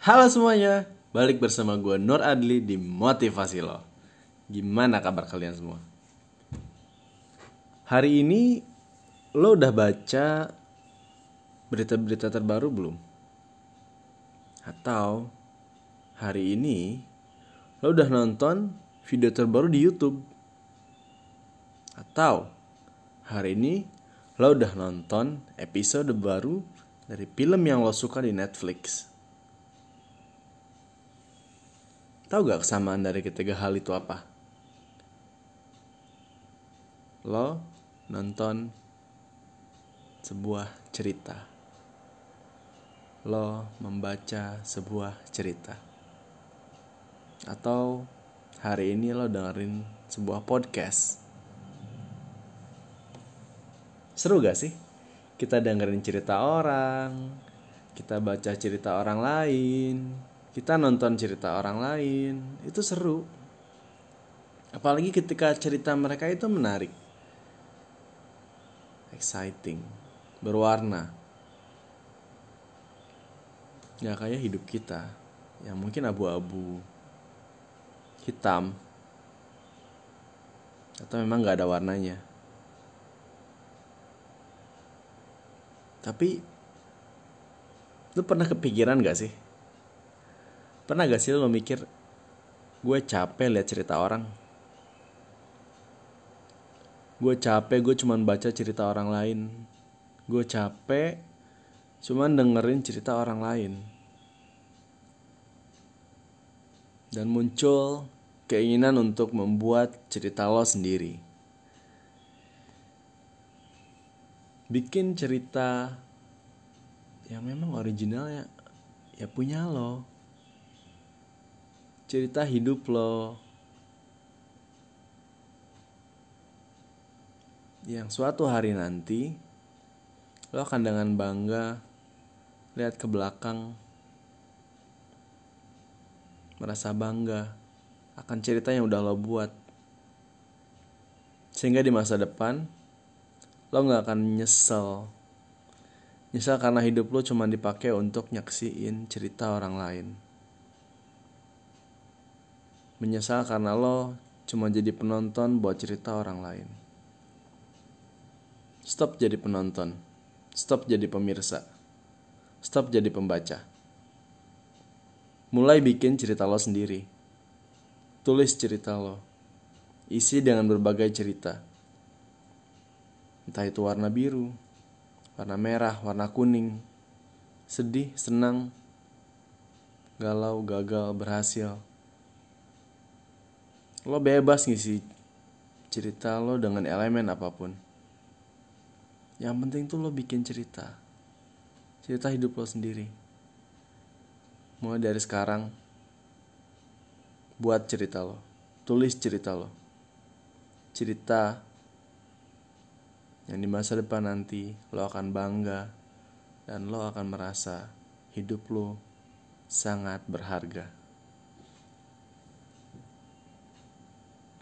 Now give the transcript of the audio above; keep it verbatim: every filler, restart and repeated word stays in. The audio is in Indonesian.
Halo semuanya, balik bersama gue Nur Adli di Motivasi Lo. Gimana kabar kalian semua? Hari ini lo udah baca berita-berita terbaru belum? Atau hari ini lo udah nonton video terbaru di YouTube? Atau hari ini lo udah nonton episode baru dari film yang lo suka di Netflix? Tahu gak kesamaan dari ketiga hal itu apa? Lo nonton sebuah cerita. Lo membaca sebuah cerita. Atau hari ini lo dengerin sebuah podcast. Seru gak sih? Kita dengerin cerita orang, kita baca cerita orang lain, kita nonton cerita orang lain. Itu seru. Apalagi ketika cerita mereka itu menarik, exciting, berwarna. Gak kayak hidup kita yang mungkin abu-abu, hitam, atau memang gak ada warnanya. Tapi lu pernah kepikiran gak sih? Pernah gak sih lu mikir, gue capek lihat cerita orang, gue capek gue cuman baca cerita orang lain, gue capek cuman dengerin cerita orang lain. Dan muncul keinginan untuk membuat cerita lo sendiri. Bikin cerita yang memang originalnya ya punya lo. Cerita hidup lo. Yang suatu hari nanti lo akan dengan bangga lihat ke belakang, merasa bangga akan cerita yang udah lo buat. Sehingga di masa depan lo gak akan nyesel. Nyesel karena hidup lo cuma dipakai untuk nyaksiin cerita orang lain. Menyesal karena lo cuma jadi penonton buat cerita orang lain. Stop jadi penonton. Stop jadi pemirsa. Stop jadi pembaca. Mulai bikin cerita lo sendiri. Tulis cerita lo. Isi dengan berbagai cerita. Entah itu warna biru, warna merah, warna kuning, sedih, senang, galau, gagal, berhasil. Lo bebas ngisi cerita lo dengan elemen apapun. Yang penting tuh lo bikin cerita. Cerita hidup lo sendiri. Mulai dari sekarang, buat cerita lo. Tulis cerita lo. Cerita yang di masa depan nanti lo akan bangga dan lo akan merasa hidup lo sangat berharga.